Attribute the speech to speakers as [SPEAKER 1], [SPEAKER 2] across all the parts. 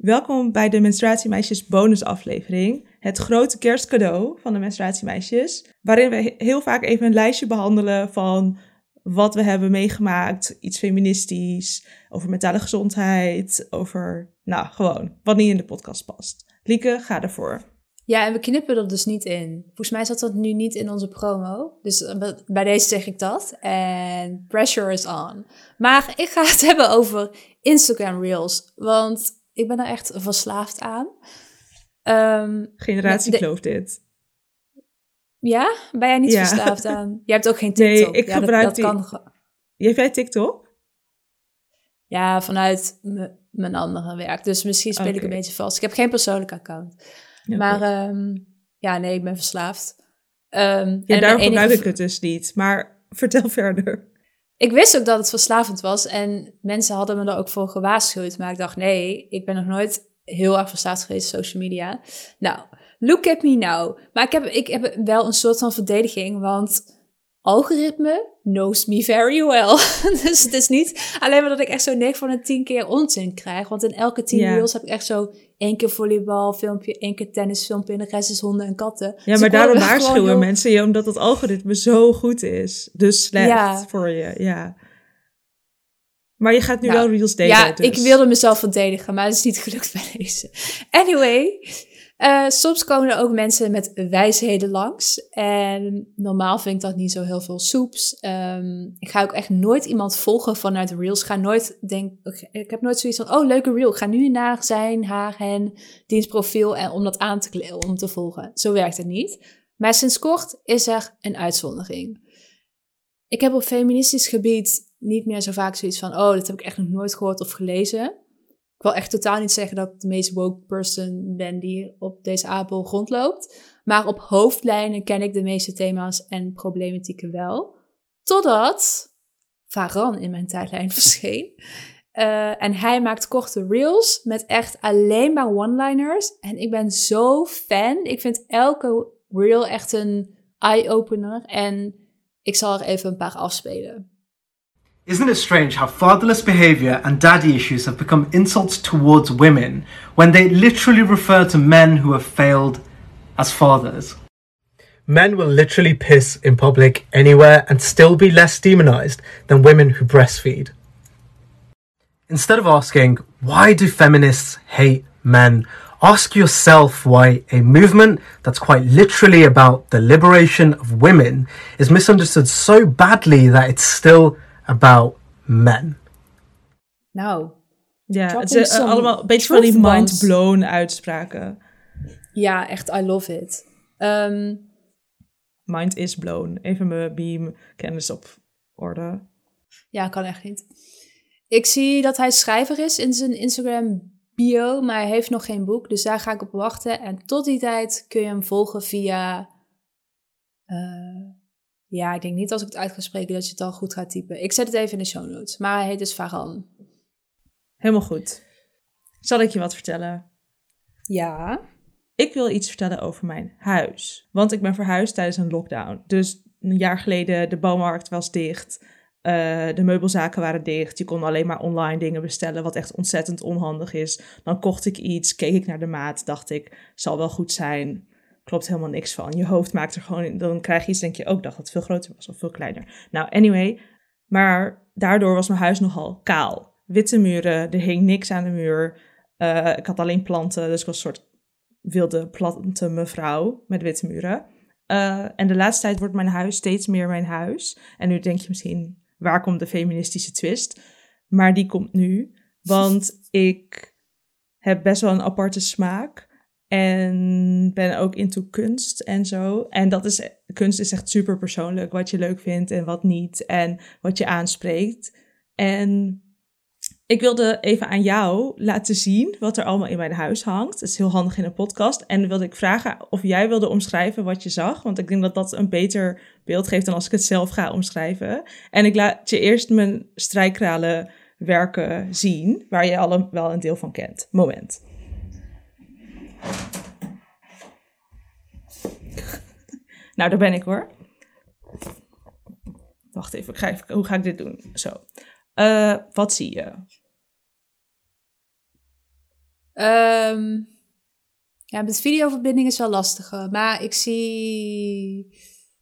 [SPEAKER 1] Welkom bij de Menstruatiemeisjes bonusaflevering. Het grote kerstcadeau van de Menstruatiemeisjes. Waarin we heel vaak even een lijstje behandelen van wat we hebben meegemaakt. Iets feministisch, over mentale gezondheid, over, gewoon wat niet in de podcast past. Lieke, ga ervoor.
[SPEAKER 2] Ja, en we knippen er dus niet in. Volgens mij zat dat nu niet in onze promo. Dus bij deze zeg ik dat. En pressure is on. Maar ik ga het hebben over Instagram Reels. Want ik ben er echt verslaafd aan.
[SPEAKER 1] Generatiekloof dit.
[SPEAKER 2] Ja? Ben jij niet verslaafd aan? Jij hebt ook geen TikTok.
[SPEAKER 1] Nee, ik gebruik die. Heb jij TikTok?
[SPEAKER 2] Ja, vanuit mijn andere werk. Dus misschien speel ik een beetje vast. Ik heb geen persoonlijk account. Okay. Maar nee, ik ben verslaafd.
[SPEAKER 1] Daarom gebruik ik het dus niet. Maar vertel verder.
[SPEAKER 2] Ik wist ook dat het verslavend was. En mensen hadden me er ook voor gewaarschuwd. Maar ik dacht, nee, ik ben nog nooit heel erg verslaafd geweest op social media. Nou, look at me now. Maar ik heb wel een soort van verdediging. Want algoritme knows me very well. Dus het is niet alleen maar dat ik echt zo 9 van de 10 keer onzin krijg. Want in elke 10 reels heb ik echt zo 1 keer volleybalfilmpje, 1 keer tennisfilmpje en de rest is honden en katten.
[SPEAKER 1] Ja, dus maar daarom waarschuwen mensen je omdat het algoritme zo goed is. Dus slecht voor je, ja. Maar je gaat nu wel reels delen.
[SPEAKER 2] Ja,
[SPEAKER 1] dus.
[SPEAKER 2] Ik wilde mezelf verdedigen, maar het is niet gelukt bij deze. Anyway, soms komen er ook mensen met wijsheden langs. En normaal vind ik dat niet zo heel veel soeps. Ik ga ook echt nooit iemand volgen vanuit reels. Ik heb nooit zoiets van, leuke reel. Ik ga nu naar zijn, haar, hen, dienstprofiel en om dat aan te klikken, om te volgen. Zo werkt het niet. Maar sinds kort is er een uitzondering. Ik heb op feministisch gebied niet meer zo vaak zoiets van, dat heb ik echt nog nooit gehoord of gelezen. Ik wil echt totaal niet zeggen dat ik de meest woke person ben die op deze aardbol rondloopt. Maar op hoofdlijnen ken ik de meeste thema's en problematieken wel. Totdat Varan in mijn tijdlijn verscheen. En hij maakt korte reels met echt alleen maar one-liners. En ik ben zo fan. Ik vind elke reel echt een eye-opener. En ik zal er even een paar afspelen.
[SPEAKER 3] Isn't it strange how fatherless behavior and daddy issues have become insults towards women when they literally refer to men who have failed as fathers? Men will literally piss in public anywhere and still be less demonized than women who breastfeed. Instead of asking, why do feminists hate men? Ask yourself why a movement that's quite literally about the liberation of women is misunderstood so badly that it's still about men.
[SPEAKER 2] Nou.
[SPEAKER 1] Ja, het is allemaal een beetje van die mind-blown uitspraken.
[SPEAKER 2] Ja, echt, I love it.
[SPEAKER 1] Mind is blown. Even mijn beam kennis op orde.
[SPEAKER 2] Ja, kan echt niet. Ik zie dat hij schrijver is in zijn Instagram bio, maar hij heeft nog geen boek, dus daar ga ik op wachten. En tot die tijd kun je hem volgen via... ik denk niet als ik het uit ga spreken dat je het al goed gaat typen. Ik zet het even in de show notes, maar hij heet dus Varan.
[SPEAKER 1] Helemaal goed. Zal ik je wat vertellen?
[SPEAKER 2] Ja.
[SPEAKER 1] Ik wil iets vertellen over mijn huis. Want ik ben verhuisd tijdens een lockdown. Dus een jaar geleden, de bouwmarkt was dicht. De meubelzaken waren dicht. Je kon alleen maar online dingen bestellen, wat echt ontzettend onhandig is. Dan kocht ik iets, keek ik naar de maat, dacht ik, zal wel goed zijn. Klopt helemaal niks van. Je hoofd maakt er gewoon... Dan krijg je iets, denk je, ik dacht dat het veel groter was of veel kleiner. Nou, anyway. Maar daardoor was mijn huis nogal kaal. Witte muren, er hing niks aan de muur. Ik had alleen planten, dus ik was een soort wilde plantenmevrouw met witte muren. En de laatste tijd wordt mijn huis steeds meer mijn huis. En nu denk je misschien, waar komt de feministische twist? Maar die komt nu, want ik heb best wel een aparte smaak. En ben ook into kunst en zo. En kunst is echt super persoonlijk. Wat je leuk vindt en wat niet. En wat je aanspreekt. En ik wilde even aan jou laten zien wat er allemaal in mijn huis hangt. Het is heel handig in een podcast. En wilde ik vragen of jij wilde omschrijven wat je zag. Want ik denk dat dat een beter beeld geeft dan als ik het zelf ga omschrijven. En ik laat je eerst mijn strijkralen werken zien. Waar je al wel een deel van kent. Moment. Nou, daar ben ik hoor. Wacht even, hoe ga ik dit doen? Zo. Wat zie je?
[SPEAKER 2] Ja, met videoverbinding is wel lastiger. Maar ik zie...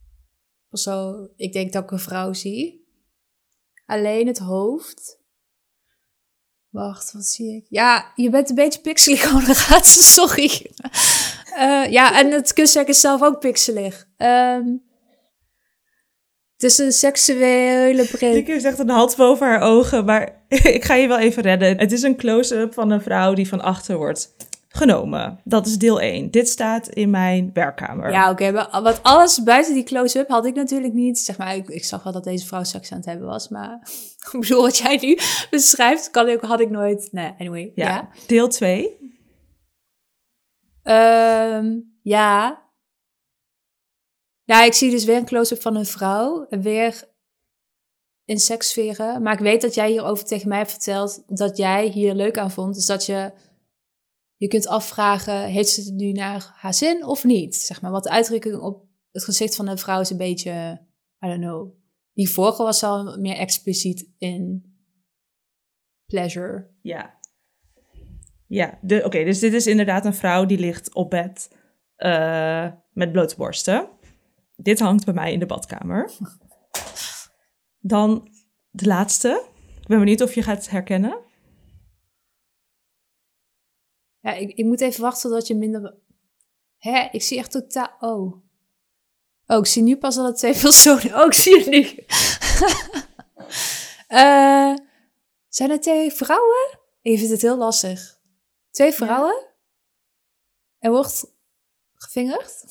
[SPEAKER 2] ik denk dat ik een vrouw zie. Alleen het hoofd. Wacht, wat zie ik? Ja, je bent een beetje pixelig aan de gaten, sorry. Ja, en het kunstwerk is zelf ook pixelig. Het is een seksuele bril.
[SPEAKER 1] Ik heb echt een hand boven haar ogen, maar ik ga je wel even redden. Het is een close-up van een vrouw die van achter wordt genomen. Dat is deel 1. Dit staat in mijn werkkamer.
[SPEAKER 2] Ja, oké. Want alles buiten die close-up had ik natuurlijk niet. Zeg maar, ik zag wel dat deze vrouw seks aan het hebben was, maar ik bedoel, wat jij nu beschrijft, had ik nooit. Nee, anyway. Ja.
[SPEAKER 1] Deel 2.
[SPEAKER 2] Ja. Ja, ik zie dus weer een close-up van een vrouw. En weer in sekssferen. Maar ik weet dat jij hierover tegen mij hebt verteld dat jij hier leuk aan vond. Dus dat je kunt afvragen, heeft ze het nu naar haar zin of niet? Zeg maar, wat de uitdrukking op het gezicht van een vrouw is een beetje, I don't know. Die vorige was al meer expliciet in pleasure.
[SPEAKER 1] Ja. Ja, oké, dus dit is inderdaad een vrouw die ligt op bed met blote borsten. Dit hangt bij mij in de badkamer. Dan de laatste. Ik ben benieuwd of je gaat herkennen.
[SPEAKER 2] Ja, ik moet even wachten totdat je minder... Ik zie echt totaal... Oh, ik zie nu pas dat het 2 personen... Oh, ik zie het nu. Zijn het 2 vrouwen? Ik vind het heel lastig. 2 vrouwen? Ja. En wordt gevingerd?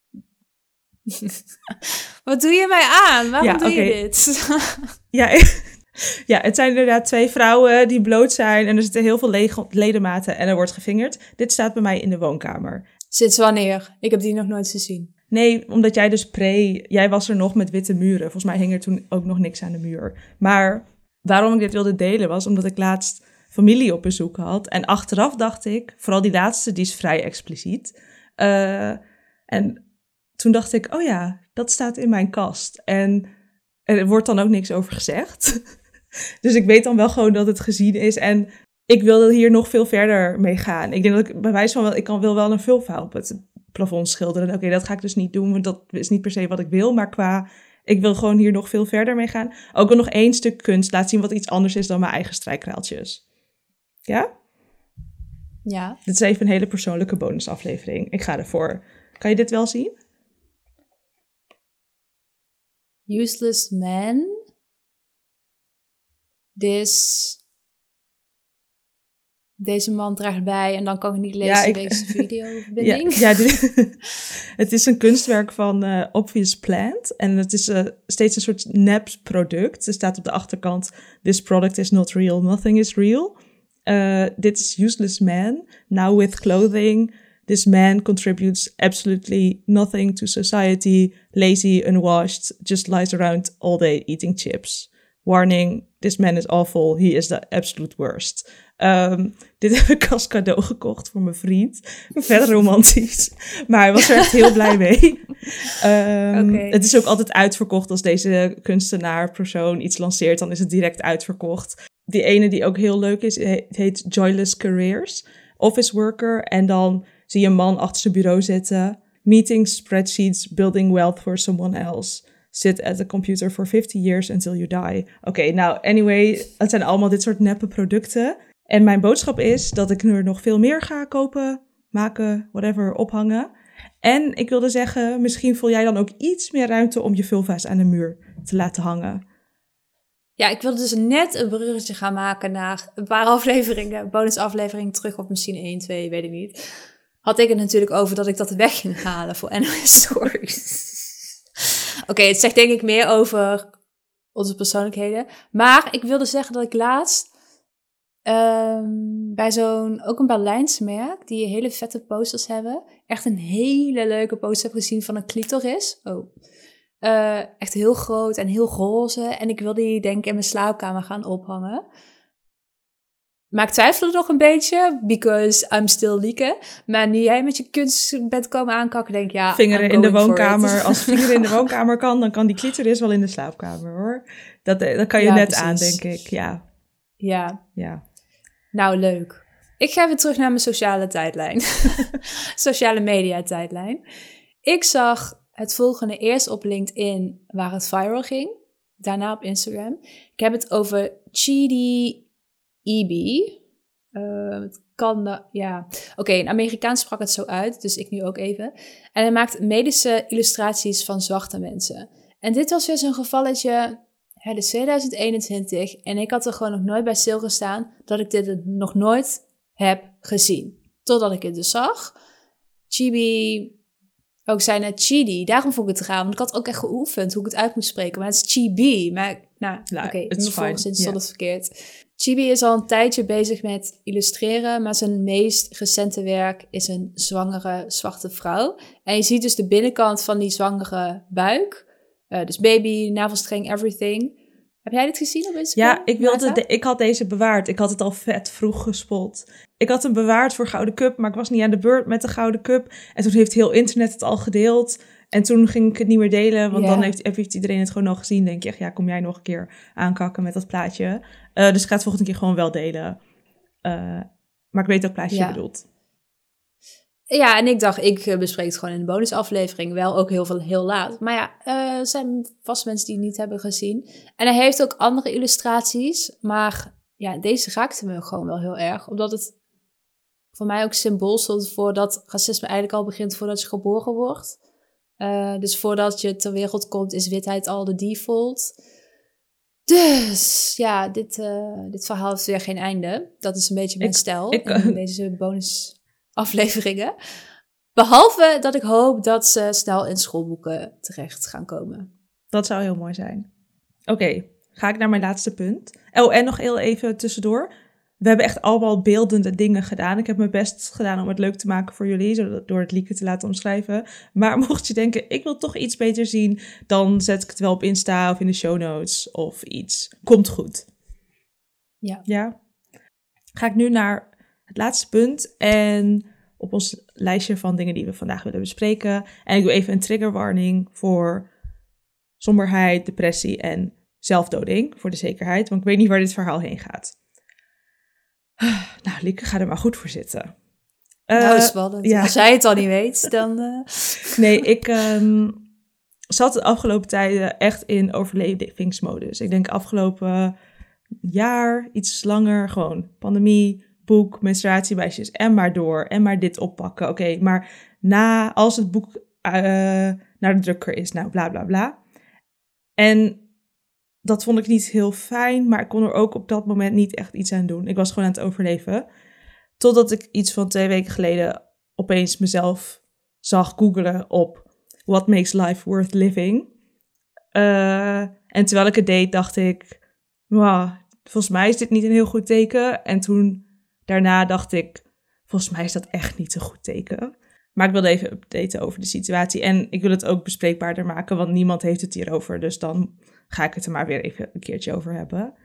[SPEAKER 2] Wat doe je mij aan? Waarom doe je dit?
[SPEAKER 1] Ja, het zijn inderdaad 2 vrouwen die bloot zijn en er zitten heel veel ledematen en er wordt gevingerd. Dit staat bij mij in de woonkamer.
[SPEAKER 2] Sinds wanneer? Ik heb die nog nooit gezien.
[SPEAKER 1] Nee, omdat jij dus jij was er nog met witte muren. Volgens mij hing er toen ook nog niks aan de muur. Maar waarom ik dit wilde delen was omdat ik laatst familie op bezoek had. En achteraf dacht ik, vooral die laatste, die is vrij expliciet. En toen dacht ik, oh ja, dat staat in mijn kast. En er wordt dan ook niks over gezegd. Dus ik weet dan wel gewoon dat het gezien is. En ik wilde hier nog veel verder mee gaan. Ik denk dat ik bij wijze van ik wil wel een vulva op het plafond schilderen. Oké, dat ga ik dus niet doen, want dat is niet per se wat ik wil. Maar ik wil gewoon hier nog veel verder mee gaan. Ook wel nog 1 stuk kunst laat zien wat iets anders is dan mijn eigen strijkraaltjes. Ja?
[SPEAKER 2] Ja.
[SPEAKER 1] Dit is even een hele persoonlijke bonusaflevering. Ik ga ervoor. Kan je dit wel zien?
[SPEAKER 2] Useless Man. Deze man draagt bij en dan kan ik niet lezen deze videoverbinding.
[SPEAKER 1] Het is een kunstwerk van Obvious Plant. En het is steeds een soort nep product. Er staat op de achterkant, this product is not real, nothing is real. Dit is Useless Man. Now with clothing, this man contributes absolutely nothing to society. Lazy, unwashed, just lies around all day eating chips. Warning, this man is awful. He is the absolute worst. Dit heb ik als cadeau gekocht voor mijn vriend. Verder romantisch. Maar hij was er echt heel blij mee. Het is ook altijd uitverkocht als deze kunstenaar, persoon iets lanceert. Dan is het direct uitverkocht. Die ene die ook heel leuk is, heet Joyless Careers. Office worker. En dan zie je een man achter zijn bureau zitten. Meetings, spreadsheets, building wealth for someone else. Sit at the computer for 50 years until you die. Oké, nou, anyway, het zijn allemaal dit soort neppe producten. En mijn boodschap is dat ik er nog veel meer ga kopen, maken, whatever, ophangen. En ik wilde zeggen, misschien voel jij dan ook iets meer ruimte om je vulva's aan de muur te laten hangen.
[SPEAKER 2] Ja, ik wilde dus net een bruggetje gaan maken naar een paar afleveringen, bonusafleveringen terug, of misschien 1, 2, weet ik niet. Had ik het natuurlijk over dat ik dat weg ging halen voor NOS Stories. Oké, het zegt denk ik meer over onze persoonlijkheden. Maar ik wilde zeggen dat ik laatst bij ook een Berlijnse merk, die hele vette posters hebben, echt een hele leuke poster heb gezien van een clitoris. Echt heel groot en heel roze. En ik wil die denk ik in mijn slaapkamer gaan ophangen. Maar ik twijfelde nog een beetje, because I'm still leaken. Maar nu jij met je kunst bent komen aankakken, denk ik, ja,
[SPEAKER 1] vingeren in de woonkamer. Als vingeren in de woonkamer kan, dan kan die clitoris wel in de slaapkamer, hoor. Dat kan je net precies aan, denk ik. Ja.
[SPEAKER 2] Nou, leuk. Ik ga weer terug naar mijn sociale tijdlijn. Sociale media tijdlijn. Ik zag het volgende eerst op LinkedIn waar het viral ging. Daarna op Instagram. Ik heb het over Chidi Ibi. Het kan, ja. Oké, in Amerikaans sprak het zo uit, dus ik nu ook even. En hij maakt medische illustraties van zwarte mensen. En dit was weer zo'n gevalletje, het is 2021 en ik had er gewoon nog nooit bij stilgestaan dat ik dit nog nooit heb gezien. Totdat ik het dus zag. Chibi, ook zei net Chidi, daarom vond ik het raar, want ik had ook echt geoefend hoe ik het uit moest spreken. Maar het is Chibi, maar oké, in mijn volgenzin stond het verkeerd. Chibi is al een tijdje bezig met illustreren, maar zijn meest recente werk is een zwangere zwarte vrouw. En je ziet dus de binnenkant van die zwangere buik. Dus baby, navelstreng, everything. Heb jij dit gezien op Instagram?
[SPEAKER 1] Ja, ik had deze bewaard. Ik had het al vet vroeg gespot. Ik had hem bewaard voor Gouden Cup, maar ik was niet aan de beurt met de Gouden Cup. En toen heeft heel internet het al gedeeld. En toen ging ik het niet meer delen, want dan heeft iedereen het gewoon nog gezien. Denk je echt, ja, kom jij nog een keer aankakken met dat plaatje. Dus ik ga het volgende keer gewoon wel delen. Maar ik weet welk plaatje je bedoelt.
[SPEAKER 2] Ja, en ik dacht, ik bespreek het gewoon in de bonusaflevering. Wel ook heel laat. Maar ja, er zijn vast mensen die het niet hebben gezien. En hij heeft ook andere illustraties. Maar ja, deze raakte me gewoon wel heel erg. Omdat het voor mij ook symbool stond voor dat racisme eigenlijk al begint voordat je geboren wordt. Dus voordat je ter wereld komt is witheid al de default. Dus ja, dit verhaal heeft weer geen einde. Dat is een beetje mijn stijl in deze bonusafleveringen. Behalve dat ik hoop dat ze snel in schoolboeken terecht gaan komen.
[SPEAKER 1] Dat zou heel mooi zijn. Oké, ga ik naar mijn laatste punt. Oh, en nog heel even tussendoor. We hebben echt allemaal beeldende dingen gedaan. Ik heb mijn best gedaan om het leuk te maken voor jullie, door het Lieke te laten omschrijven. Maar mocht je denken, ik wil toch iets beter zien, dan zet ik het wel op Insta of in de show notes of iets. Komt goed. Ja. Ga ik nu naar het laatste punt en op ons lijstje van dingen die we vandaag willen bespreken. En ik doe even een triggerwarning voor somberheid, depressie en zelfdoding, voor de zekerheid. Want ik weet niet waar dit verhaal heen gaat. Nou, Lieke, ga er maar goed voor zitten.
[SPEAKER 2] Spannend. Ja. Als jij het al niet weet, dan...
[SPEAKER 1] Nee, ik zat de afgelopen tijden echt in overlevingsmodus. Ik denk afgelopen jaar, iets langer, gewoon pandemie, boek, menstruatiemeisjes en maar door. En maar dit oppakken. Oké, maar als het boek naar de drukker is, nou bla bla bla. En dat vond ik niet heel fijn, maar ik kon er ook op dat moment niet echt iets aan doen. Ik was gewoon aan het overleven. Totdat ik iets van 2 weken geleden opeens mezelf zag googlen op What Makes Life Worth Living. En terwijl ik het deed, dacht ik, wow, volgens mij is dit niet een heel goed teken. En toen daarna dacht ik, volgens mij is dat echt niet een goed teken. Maar ik wilde even updaten over de situatie. En ik wil het ook bespreekbaarder maken, want niemand heeft het hierover. Dus dan ga ik het er maar weer even een keertje over hebben.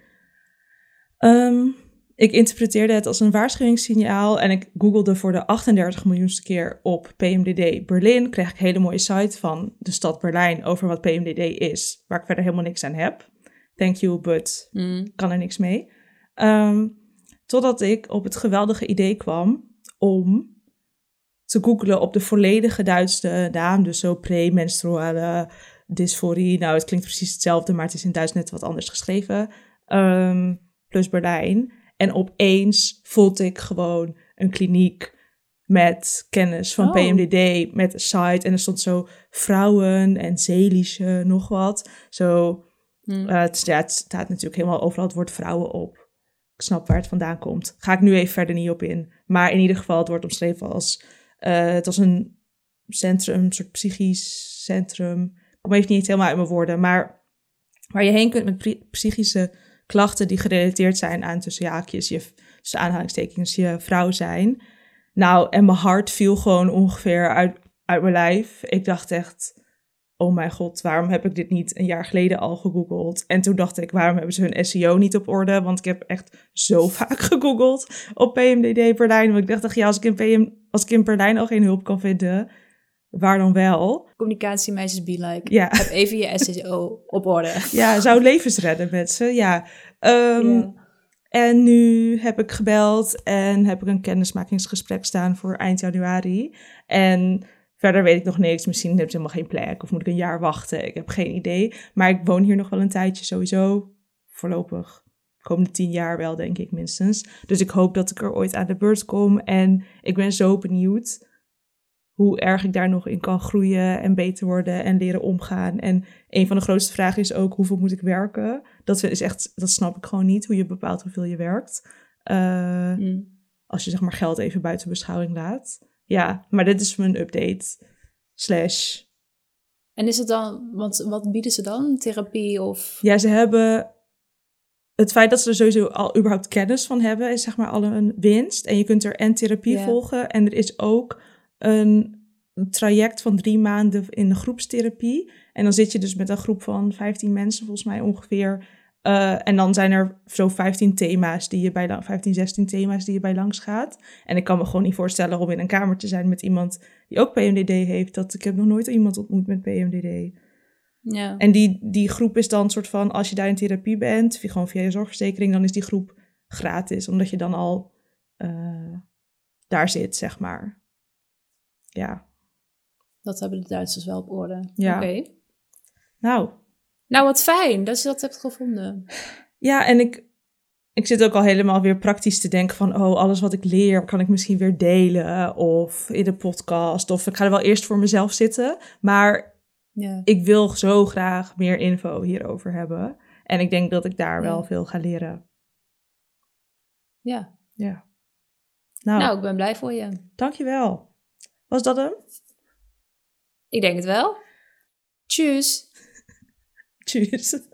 [SPEAKER 1] Ik interpreteerde het als een waarschuwingssignaal en ik googelde voor de 38 miljoenste keer op PMDD Berlin. Kreeg ik een hele mooie site van de stad Berlijn over wat PMDD is, waar ik verder helemaal niks aan heb. Thank you, but kan er niks mee. Totdat ik op het geweldige idee kwam om te googlen op de volledige Duitse naam, dus zo premenstruale dysforie. Nou, het klinkt precies hetzelfde, maar het is in Duits net wat anders geschreven. Plus Berlijn. En opeens voelde ik gewoon een kliniek met kennis van PMDD, met een site. En er stond zo vrouwen en Zeelische, nog wat. Zo, het staat natuurlijk helemaal overal het woord vrouwen op. Ik snap waar het vandaan komt. Ga ik nu even verder niet op in. Maar in ieder geval, het wordt omschreven als... het was een centrum, een soort psychisch centrum. Ik kom even niet helemaal uit mijn woorden. Maar waar je heen kunt met psychische klachten die gerelateerd zijn aan tussen haakjes, tussen aanhalingstekens, je vrouw zijn. Nou, en mijn hart viel gewoon ongeveer uit mijn lijf. Ik dacht echt, oh mijn god, waarom heb ik dit niet een jaar geleden al gegoogeld? En toen dacht ik, waarom hebben ze hun SEO niet op orde? Want ik heb echt zo vaak gegoogeld op PMDD Berlijn. Want ik dacht, ja, als ik in Berlijn al geen hulp kan vinden, waar dan wel?
[SPEAKER 2] Communicatiemeisjes be like. Ja. Heb even je SEO op orde.
[SPEAKER 1] Ja, zou levens redden, mensen. Ja. En nu heb ik gebeld en heb ik een kennismakingsgesprek staan voor eind januari. En verder weet ik nog niks. Misschien heb ik helemaal geen plek of moet ik een jaar wachten. Ik heb geen idee. Maar ik woon hier nog wel een tijdje sowieso. Voorlopig. Komende 10 jaar wel, denk ik minstens. Dus ik hoop dat ik er ooit aan de beurt kom. En ik ben zo benieuwd hoe erg ik daar nog in kan groeien en beter worden en leren omgaan. En een van de grootste vragen is ook, hoeveel moet ik werken? Dat snap ik gewoon niet, hoe je bepaalt hoeveel je werkt. Als je zeg maar geld even buiten beschouwing laat. Ja, maar dit is mijn update.
[SPEAKER 2] En is het dan, want wat bieden ze dan? Therapie of?
[SPEAKER 1] Ja, ze hebben het feit dat ze er sowieso al überhaupt kennis van hebben, is zeg maar al een winst. En je kunt er en therapie volgen. En er is ook een traject van 3 maanden in de groepstherapie. En dan zit je dus met een groep van 15 mensen volgens mij ongeveer. En dan zijn er zo 15, 16 thema's die je bij langs gaat. En ik kan me gewoon niet voorstellen om in een kamer te zijn met iemand die ook PMDD heeft. Ik heb nog nooit iemand ontmoet met PMDD.
[SPEAKER 2] Ja.
[SPEAKER 1] En die groep is dan soort van, als je daar in therapie bent, gewoon via je zorgverzekering, dan is die groep gratis. Omdat je dan al daar zit, zeg maar. Ja.
[SPEAKER 2] Dat hebben de Duitsers wel op orde.
[SPEAKER 1] Ja.
[SPEAKER 2] Oké.
[SPEAKER 1] Nou,
[SPEAKER 2] wat fijn dat je dat hebt gevonden.
[SPEAKER 1] Ja, en ik zit ook al helemaal weer praktisch te denken van, alles wat ik leer, kan ik misschien weer delen of in de podcast. Of ik ga er wel eerst voor mezelf zitten. Maar ik wil zo graag meer info hierover hebben. En ik denk dat ik daar wel veel ga leren.
[SPEAKER 2] Ja.
[SPEAKER 1] Nou,
[SPEAKER 2] ik ben blij voor je.
[SPEAKER 1] Dankjewel. Was dat hem?
[SPEAKER 2] Ik denk het wel. Tjus.
[SPEAKER 1] Tjus.